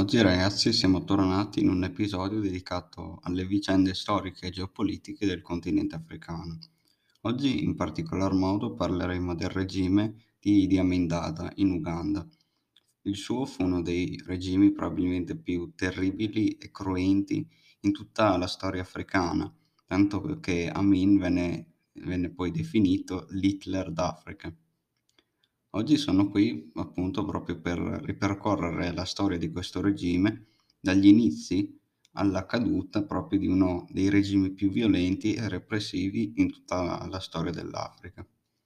Oggi ragazzi siamo tornati in un episodio dedicato alle vicende storiche e geopolitiche del continente africano. Oggi in particolar modo parleremo del regime di Idi Amin Dada in Uganda. Il suo fu uno dei regimi probabilmente più terribili e cruenti in tutta la storia africana, tanto che Amin venne poi definito l'Hitler d'Africa. Oggi sono qui appunto proprio per ripercorrere la storia di questo regime, dagli inizi alla caduta proprio di uno dei regimi più violenti e repressivi in tutta la storia dell'Africa.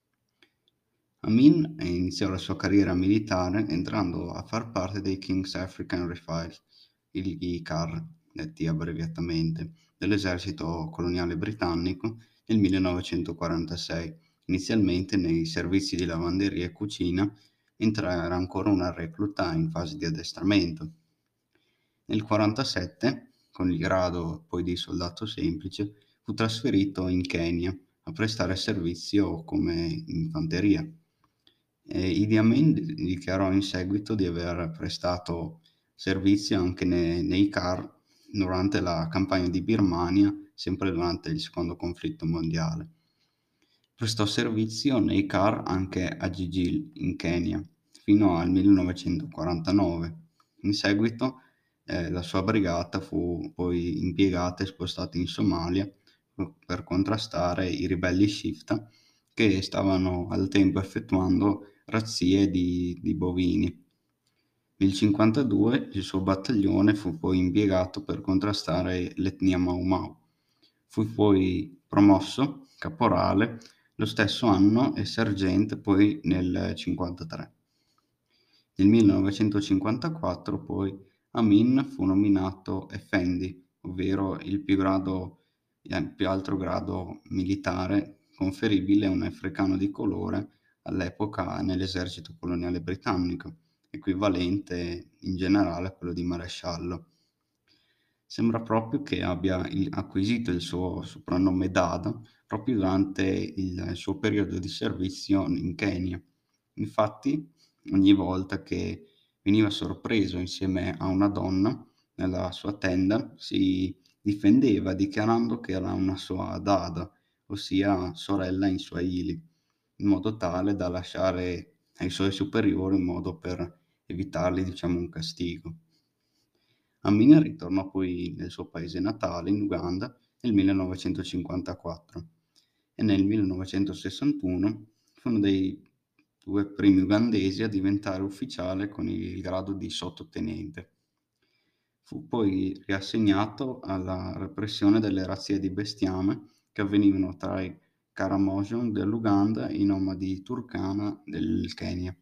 Amin iniziò la sua carriera militare entrando a far parte dei King's African Rifles, i CAR, detti abbreviatamente, dell'esercito coloniale britannico nel 1946, inizialmente nei servizi di lavanderia e cucina, mentre era ancora una recluta in fase di addestramento. Nel 1947, con il grado poi di soldato semplice, fu trasferito in Kenya a prestare servizio come infanteria. Idi Amin dichiarò in seguito di aver prestato servizio anche nei CAR durante la campagna di Birmania, sempre durante il secondo conflitto mondiale. Prestò servizio nei CAR anche a Gigil, in Kenya, fino al 1949. In seguito la sua brigata fu poi impiegata e spostata in Somalia per contrastare i ribelli Shifta che stavano al tempo effettuando razzie di bovini. Nel 1952 il suo battaglione fu poi impiegato per contrastare l'etnia Mau Mau. Fu poi promosso caporale lo stesso anno e sergente poi nel 1953. Nel 1954 poi Amin fu nominato Effendi, ovvero il più alto grado militare conferibile a un africano di colore all'epoca nell'esercito coloniale britannico, equivalente in generale a quello di maresciallo. Sembra proprio che abbia acquisito il suo soprannome Dada proprio durante il suo periodo di servizio in Kenya. Infatti, ogni volta che veniva sorpreso insieme a una donna nella sua tenda, si difendeva dichiarando che era una sua Dada, ossia sorella in Swahili, in modo tale da lasciare ai suoi superiori un modo per evitargli, diciamo, un castigo. Amin ritornò poi nel suo paese natale, in Uganda, nel 1954 e nel 1961 fu uno dei due primi ugandesi a diventare ufficiale con il grado di sottotenente. Fu poi riassegnato alla repressione delle razzie di bestiame che avvenivano tra i Karamojong dell'Uganda e i nomadi Turkana del Kenya.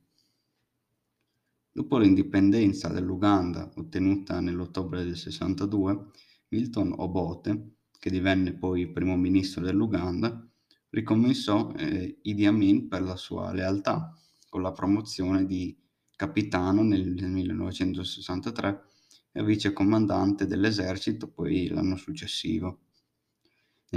Dopo l'indipendenza dell'Uganda ottenuta nell'ottobre del 62, Milton Obote, che divenne poi primo ministro dell'Uganda, ricompensò Idi Amin per la sua lealtà, con la promozione di capitano nel 1963 e vicecomandante dell'esercito poi l'anno successivo. Nel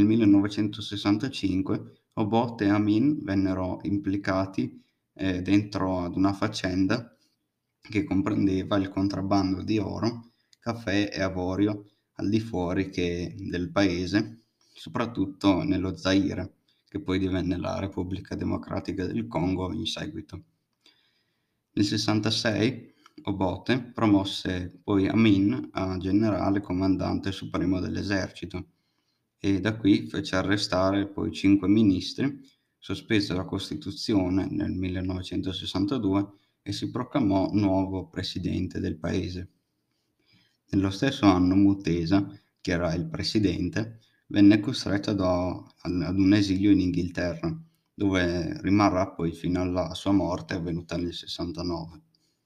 1965 Obote e Amin vennero implicati dentro ad una faccenda che comprendeva il contrabbando di oro, caffè e avorio al di fuori del paese, soprattutto nello Zaire, che poi divenne la Repubblica Democratica del Congo in seguito. Nel 66 Obote promosse poi Amin a generale comandante supremo dell'esercito e da qui fece arrestare poi 5 ministri, sospese la Costituzione nel 1962 e si proclamò nuovo presidente del paese. Nello stesso anno Mutesa, che era il presidente, venne costretto ad un esilio in Inghilterra, dove rimarrà poi fino alla sua morte avvenuta nel 69.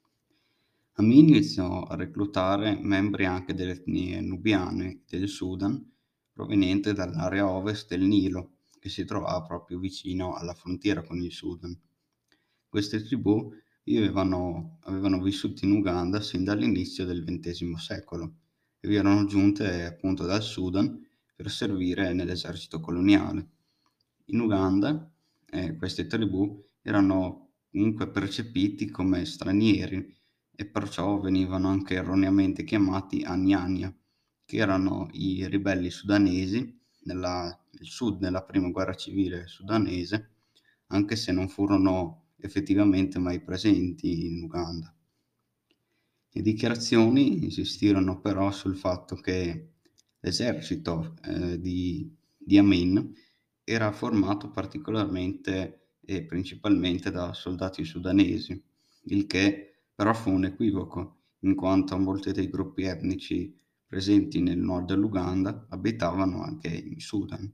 Amin iniziò a reclutare membri anche delle etnie nubiane del Sudan, proveniente dall'area ovest del Nilo, che si trovava proprio vicino alla frontiera con il Sudan. Queste tribù avevano vissuto in Uganda sin dall'inizio del XX secolo e vi erano giunte appunto dal Sudan per servire nell'esercito coloniale. In Uganda queste tribù erano comunque percepiti come stranieri e perciò venivano anche erroneamente chiamati Anyanya, che erano i ribelli sudanesi nel sud della prima guerra civile sudanese, anche se non furono effettivamente mai presenti in Uganda. Le dichiarazioni insistirono però sul fatto che l'esercito di Amin era formato particolarmente e principalmente da soldati sudanesi, il che però fu un equivoco, in quanto molti dei gruppi etnici presenti nel nord dell'Uganda abitavano anche in Sudan.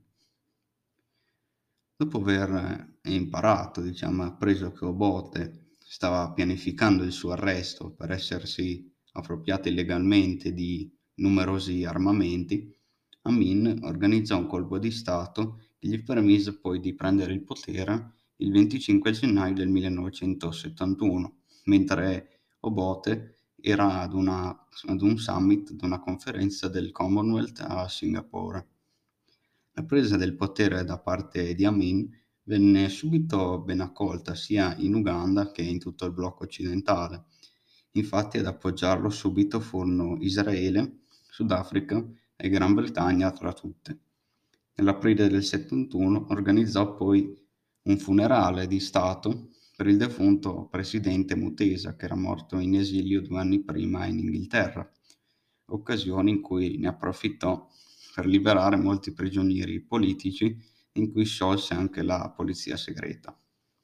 Dopo aver imparato, diciamo, appreso che Obote stava pianificando il suo arresto per essersi appropriato illegalmente di numerosi armamenti, Amin organizzò un colpo di Stato che gli permise poi di prendere il potere il 25 gennaio del 1971, mentre Obote era ad un summit, ad una conferenza del Commonwealth a Singapore. La presa del potere da parte di Amin venne subito ben accolta sia in Uganda che in tutto il blocco occidentale. Infatti ad appoggiarlo subito furono Israele, Sudafrica e Gran Bretagna tra tutte. Nell'aprile del 71 organizzò poi un funerale di Stato per il defunto presidente Mutesa, che era morto in esilio 2 anni prima in Inghilterra, occasione in cui ne approfittò per liberare molti prigionieri politici, in cui sciolse anche la polizia segreta.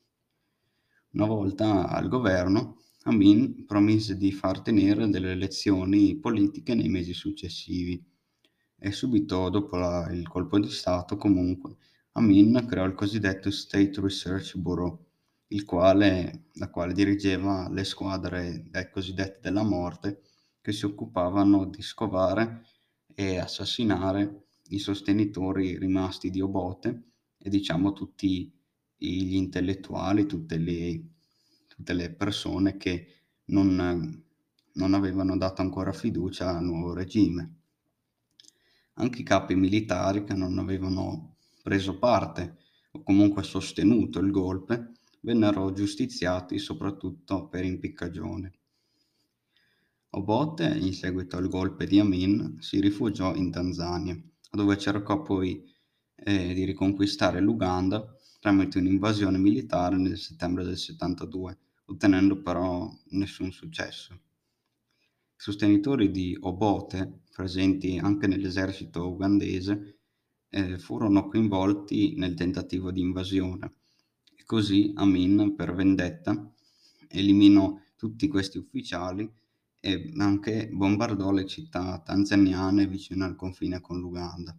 Una volta al governo, Amin promise di far tenere delle elezioni politiche nei mesi successivi e subito dopo il colpo di Stato, comunque, Amin creò il cosiddetto State Research Bureau, la quale dirigeva le squadre cosiddette della morte che si occupavano di scovare e assassinare i sostenitori rimasti di Obote e diciamo tutti gli intellettuali, tutte le persone che non avevano dato ancora fiducia al nuovo regime. Anche i capi militari che non avevano preso parte o comunque sostenuto il golpe vennero giustiziati soprattutto per impiccagione. Obote, in seguito al golpe di Amin, si rifugiò in Tanzania, dove cercò poi di riconquistare l'Uganda tramite un'invasione militare nel settembre del 72, ottenendo però nessun successo. I sostenitori di Obote, presenti anche nell'esercito ugandese, furono coinvolti nel tentativo di invasione e così Amin, per vendetta, eliminò tutti questi ufficiali e anche bombardò le città tanzaniane vicino al confine con l'Uganda.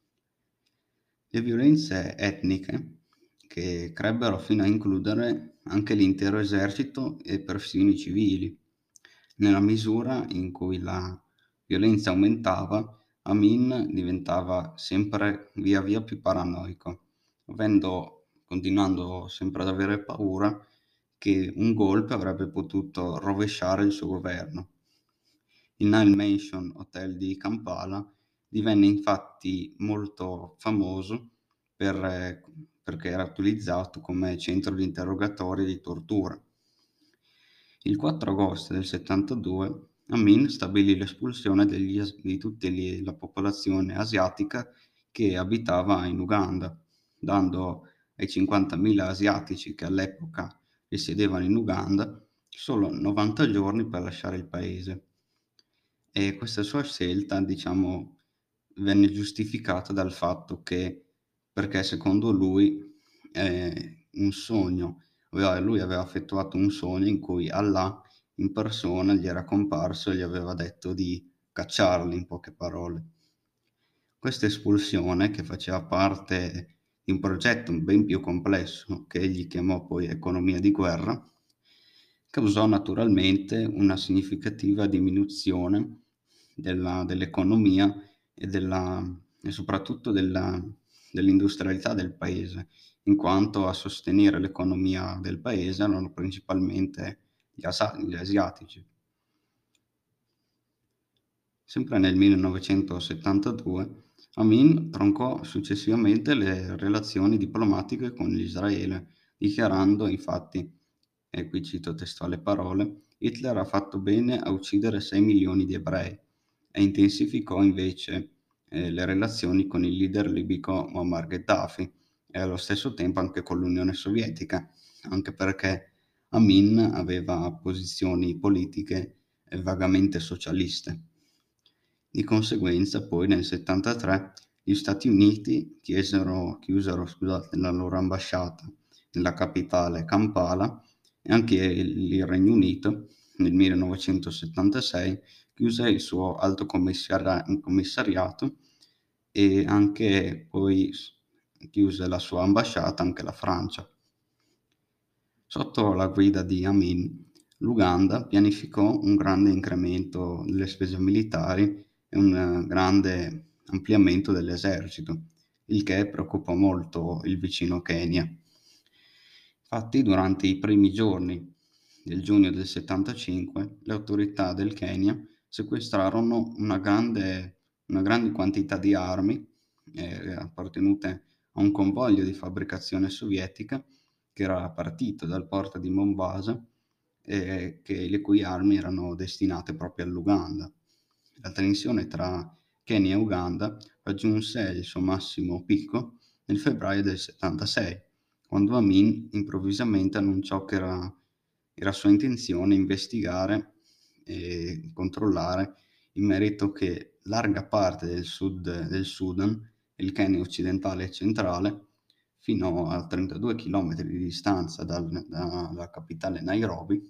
Le violenze etniche, che crebbero fino a includere anche l'intero esercito e persino i civili. Nella misura in cui la violenza aumentava, Amin diventava sempre via via più paranoico, continuando sempre ad avere paura che un golpe avrebbe potuto rovesciare il suo governo. Il Nile Mansion Hotel di Kampala divenne infatti molto famoso perché era utilizzato come centro di interrogatori e di tortura. Il 4 agosto del 72 Amin stabilì l'espulsione di tutta la popolazione asiatica che abitava in Uganda, dando ai 50.000 asiatici che all'epoca risiedevano in Uganda solo 90 giorni per lasciare il paese. E questa sua scelta, diciamo, venne giustificata dal fatto che perché secondo lui, un sogno lui aveva effettuato un sogno in cui Allah in persona gli era comparso e gli aveva detto di cacciarli, in poche parole. Questa espulsione, che faceva parte di un progetto ben più complesso, che egli chiamò poi economia di guerra, causò naturalmente una significativa diminuzione dell'economia e soprattutto dell'industrialità del paese, in quanto a sostenere l'economia del paese erano principalmente gli asiatici. Sempre nel 1972 Amin troncò successivamente le relazioni diplomatiche con l'Israele, dichiarando infatti, e qui cito testuali parole, Hitler ha fatto bene a uccidere 6 milioni di ebrei e intensificò invece le relazioni con il leader libico Muammar Gheddafi e allo stesso tempo anche con l'Unione Sovietica, anche perché Amin aveva posizioni politiche vagamente socialiste. Di conseguenza, poi nel 1973 gli Stati Uniti chiusero la loro ambasciata nella capitale Kampala e anche il Regno Unito nel 1976 chiuse il suo alto commissariato e anche poi chiuse la sua ambasciata anche la Francia. Sotto la guida di Amin, l'Uganda pianificò un grande incremento delle spese militari e un grande ampliamento dell'esercito, il che preoccupò molto il vicino Kenya. Infatti, durante i primi giorni del giugno del 75, le autorità del Kenya sequestrarono una grande quantità di armi appartenute a un convoglio di fabbricazione sovietica che era partito dal porto di Mombasa e le cui armi erano destinate proprio all'Uganda. La tensione tra Kenya e Uganda raggiunse il suo massimo picco nel febbraio del 76, quando Amin improvvisamente annunciò che era sua intenzione investigare e controllare in merito che larga parte del sud del Sudan, il Kenya occidentale e centrale, fino a 32 chilometri di distanza dalla capitale Nairobi,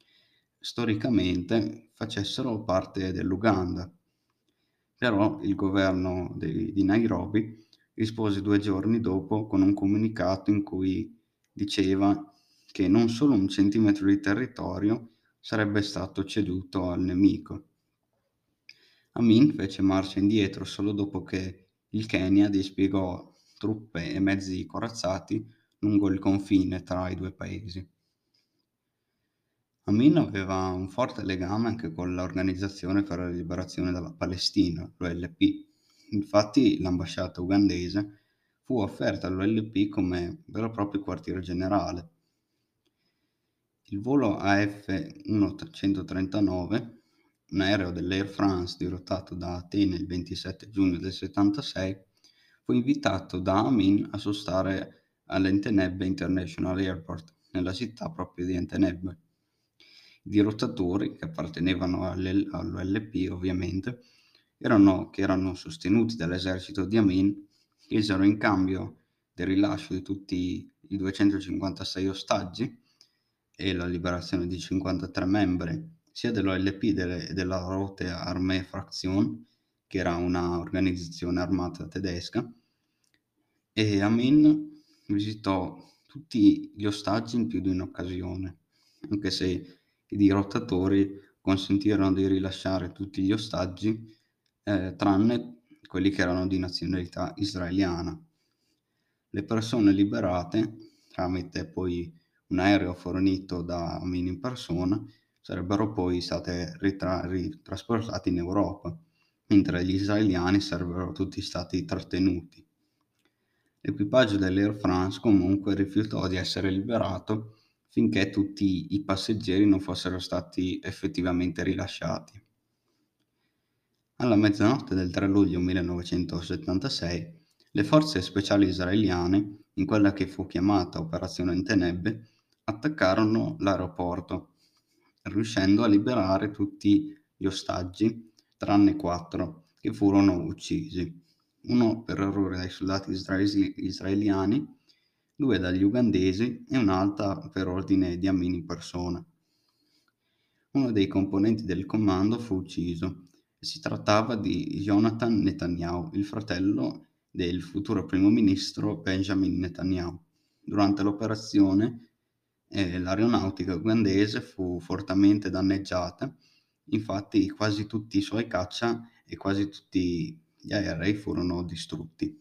storicamente facessero parte dell'Uganda. Però il governo di Nairobi rispose 2 giorni dopo con un comunicato in cui diceva che non solo un centimetro di territorio sarebbe stato ceduto al nemico. Amin fece marcia indietro solo dopo che il Kenya dispiegò truppe e mezzi corazzati lungo il confine tra i due paesi. Amin aveva un forte legame anche con l'Organizzazione per la Liberazione della Palestina, l'OLP. Infatti l'ambasciata ugandese fu offerta all'OLP come vero e proprio quartier generale. Il volo AF-139, un aereo dell'Air France dirottato da Atene il 27 giugno del 76, fu invitato da Amin a sostare all'Entebbe International Airport, nella città proprio di Entebbe. I dirottatori, che appartenevano all'OLP ovviamente, che erano sostenuti dall'esercito di Amin, chiesero in cambio del rilascio di tutti i 256 ostaggi e la liberazione di 53 membri sia dell'OLP e della Rote Armee Fraktion, che era una organizzazione armata tedesca, e Amin visitò tutti gli ostaggi in più di un'occasione, anche se i dirottatori consentirono di rilasciare tutti gli ostaggi, tranne quelli che erano di nazionalità israeliana. Le persone liberate, tramite poi un aereo fornito da Amin in persona, sarebbero poi state ritrasportate in Europa, mentre gli israeliani sarebbero tutti stati trattenuti. L'equipaggio dell'Air France comunque rifiutò di essere liberato finché tutti i passeggeri non fossero stati effettivamente rilasciati. Alla mezzanotte del 3 luglio 1976, le forze speciali israeliane, in quella che fu chiamata Operazione Entebbe, attaccarono l'aeroporto, riuscendo a liberare tutti gli ostaggi, tranne 4 che furono uccisi, uno per errore dai soldati israeliani, 2 dagli ugandesi e un'altra per ordine di Amin in persona. Uno dei componenti del comando fu ucciso e si trattava di Jonathan Netanyahu, il fratello del futuro primo ministro Benjamin Netanyahu. Durante l'operazione l'aeronautica ugandese fu fortemente danneggiata, infatti quasi tutti i suoi caccia e quasi tutti gli aerei furono distrutti.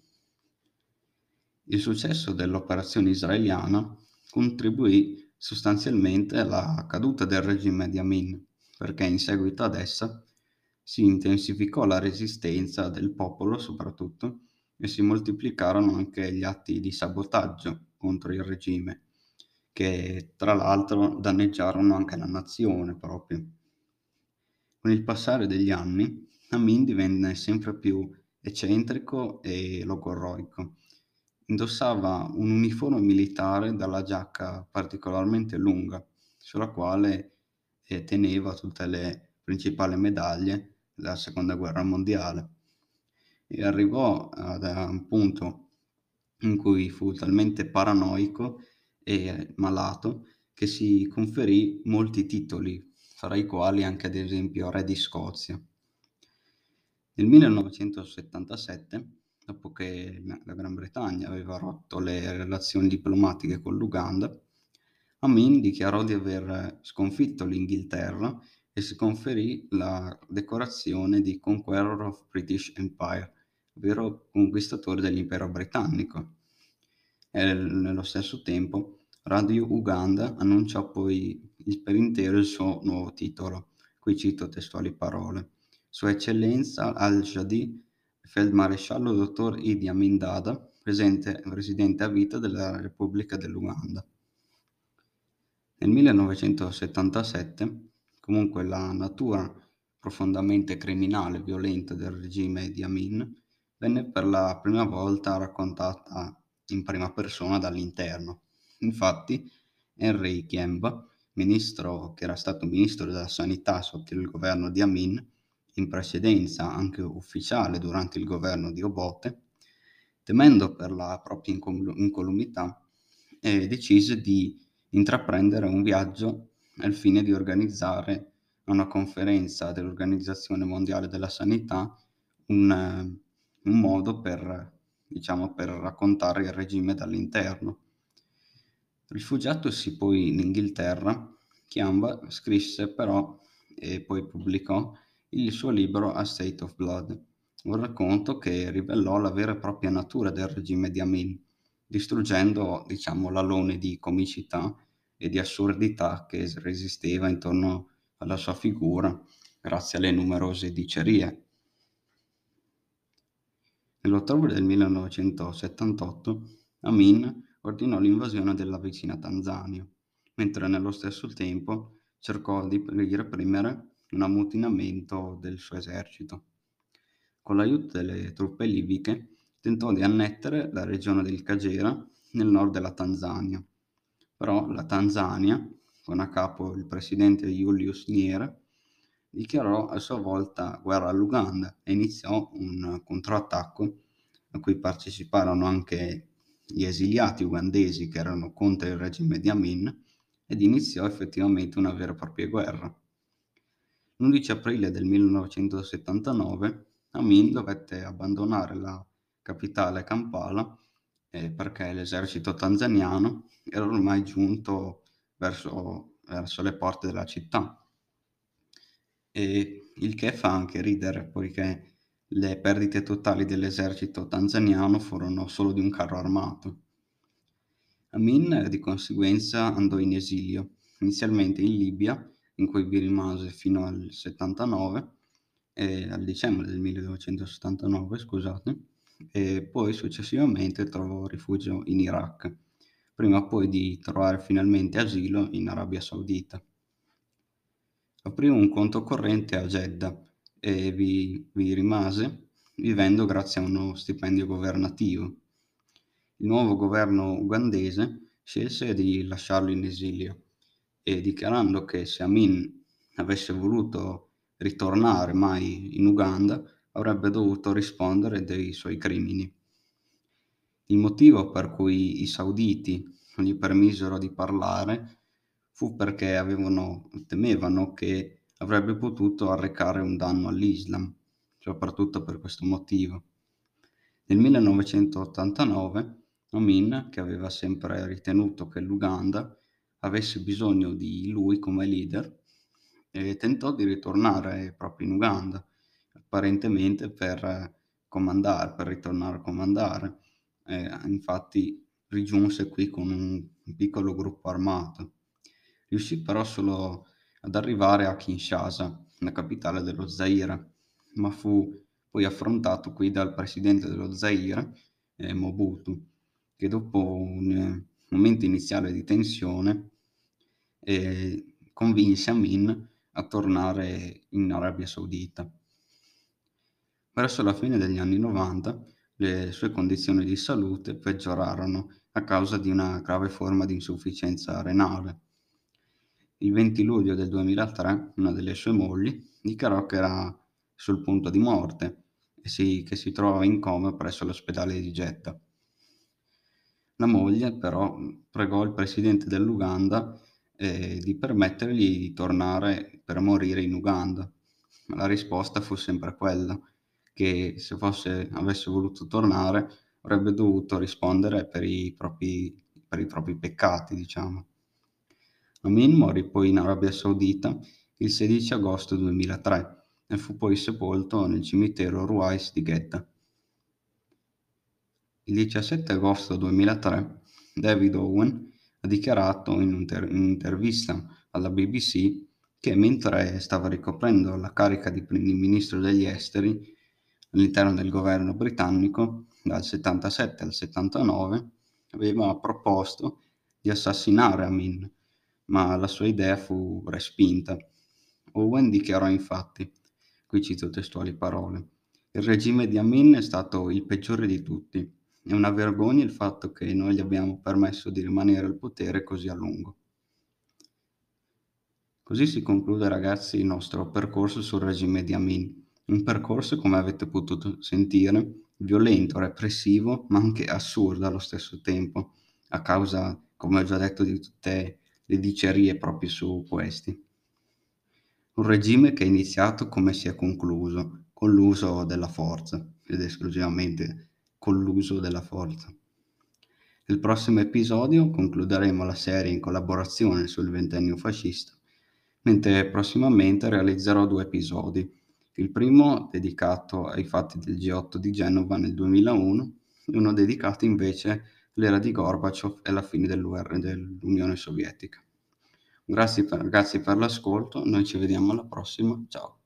Il successo dell'operazione israeliana contribuì sostanzialmente alla caduta del regime di Amin, perché in seguito ad essa si intensificò la resistenza del popolo soprattutto e si moltiplicarono anche gli atti di sabotaggio contro il regime, che tra l'altro danneggiarono anche la nazione proprio. Con il passare degli anni, Amin divenne sempre più eccentrico e logorroico. Indossava un uniforme militare dalla giacca particolarmente lunga, sulla quale teneva tutte le principali medaglie della Seconda Guerra Mondiale. E arrivò a un punto in cui fu talmente paranoico e malato che si conferì molti titoli, fra i quali anche ad esempio Re di Scozia. Nel 1977, dopo che la Gran Bretagna aveva rotto le relazioni diplomatiche con l'Uganda, Amin dichiarò di aver sconfitto l'Inghilterra e si conferì la decorazione di Conqueror of British Empire, ovvero conquistatore dell'impero britannico. E nello stesso tempo Radio Uganda annunciò poi per intero il suo nuovo titolo. Qui cito testuali parole: Sua Eccellenza Al-Jadi, Feldmaresciallo Dottor Idi Amin Dada, Presidente a vita della Repubblica dell'Uganda. Nel 1977, comunque, la natura profondamente criminale e violenta del regime di Amin venne per la prima volta raccontata in prima persona dall'interno. Infatti, Henry Kiemba, che era stato ministro della sanità sotto il governo di Amin, in precedenza anche ufficiale durante il governo di Obote, temendo per la propria incolumità, decise di intraprendere un viaggio al fine di organizzare a una conferenza dell'Organizzazione Mondiale della Sanità un modo per, diciamo, per raccontare il regime dall'interno. Rifugiatosi poi in Inghilterra, Chiamba scrisse però e poi pubblicò il suo libro A State of Blood, un racconto che rivelò la vera e propria natura del regime di Amin, distruggendo, diciamo, l'alone di comicità e di assurdità che resisteva intorno alla sua figura grazie alle numerose dicerie. Nell'ottobre del 1978 Amin ordinò l'invasione della vicina Tanzania, mentre nello stesso tempo cercò di reprimere un ammutinamento del suo esercito. Con l'aiuto delle truppe libiche tentò di annettere la regione del Kagera nel nord della Tanzania, però la Tanzania, con a capo il presidente Julius Nyerere, dichiarò a sua volta guerra all'Uganda e iniziò un controattacco a cui parteciparono anche gli esiliati ugandesi che erano contro il regime di Amin, ed iniziò effettivamente una vera e propria guerra. L'11 aprile del 1979 Amin dovette abbandonare la capitale Kampala perché l'esercito tanzaniano era ormai giunto verso le porte della città, e il che fa anche ridere poiché le perdite totali dell'esercito tanzaniano furono solo di un carro armato. Amin di conseguenza andò in esilio, inizialmente in Libia, in cui vi rimase fino al 79, al dicembre del 1979, scusate, e poi successivamente trovò rifugio in Iraq, prima poi di trovare finalmente asilo in Arabia Saudita. Aprì un conto corrente a Jeddah e vi rimase vivendo grazie a uno stipendio governativo. Il nuovo governo ugandese scelse di lasciarlo in esilio e dichiarando che se Amin avesse voluto ritornare mai in Uganda avrebbe dovuto rispondere dei suoi crimini. Il motivo per cui i sauditi non gli permisero di parlare fu perché temevano che avrebbe potuto arrecare un danno all'Islam, soprattutto per questo motivo. Nel 1989 Amin, che aveva sempre ritenuto che l'Uganda avesse bisogno di lui come leader, tentò di ritornare proprio in Uganda, apparentemente per ritornare a comandare. Infatti rigiunse qui con un piccolo gruppo armato. Riuscì però solo ad arrivare a Kinshasa, la capitale dello Zaire, ma fu poi affrontato qui dal presidente dello Zaire, Mobutu, che dopo momento iniziale di tensione convinse Amin a tornare in Arabia Saudita. Verso la fine degli anni '90 le sue condizioni di salute peggiorarono a causa di una grave forma di insufficienza renale. Il 20 luglio del 2003 una delle sue mogli dichiarò che era sul punto di morte e che si trovava in coma presso l'ospedale di Jeddah. La moglie però pregò il presidente dell'Uganda di permettergli di tornare per morire in Uganda, ma la risposta fu sempre quella, che se avesse voluto tornare avrebbe dovuto rispondere per i propri peccati, diciamo. Amin morì poi in Arabia Saudita il 16 agosto 2003 e fu poi sepolto nel cimitero Ruwais di Jeddah. Il 17 agosto 2003 David Owen ha dichiarato in un'intervista alla BBC che mentre stava ricoprendo la carica di ministro degli esteri all'interno del governo britannico dal 77 al 79 aveva proposto di assassinare Amin, ma la sua idea fu respinta. Owen dichiarò infatti, qui cito testuali parole: il regime di Amin è stato il peggiore di tutti. È una vergogna il fatto che noi gli abbiamo permesso di rimanere al potere così a lungo. Così si conclude, ragazzi, il nostro percorso sul regime di Amin. Un percorso, come avete potuto sentire, violento, repressivo, ma anche assurdo allo stesso tempo, a causa, come ho già detto, di tutte le dicerie proprio su questi. Un regime che è iniziato come si è concluso, con l'uso della forza, ed esclusivamente con l'uso della forza. Nel prossimo episodio concluderemo la serie in collaborazione sul ventennio fascista, mentre prossimamente realizzerò 2 episodi. Il primo dedicato ai fatti del G8 di Genova nel 2001 e uno dedicato invece all'era di Gorbaciov e alla fine dell'Unione Sovietica. Grazie per l'ascolto, noi ci vediamo alla prossima, ciao.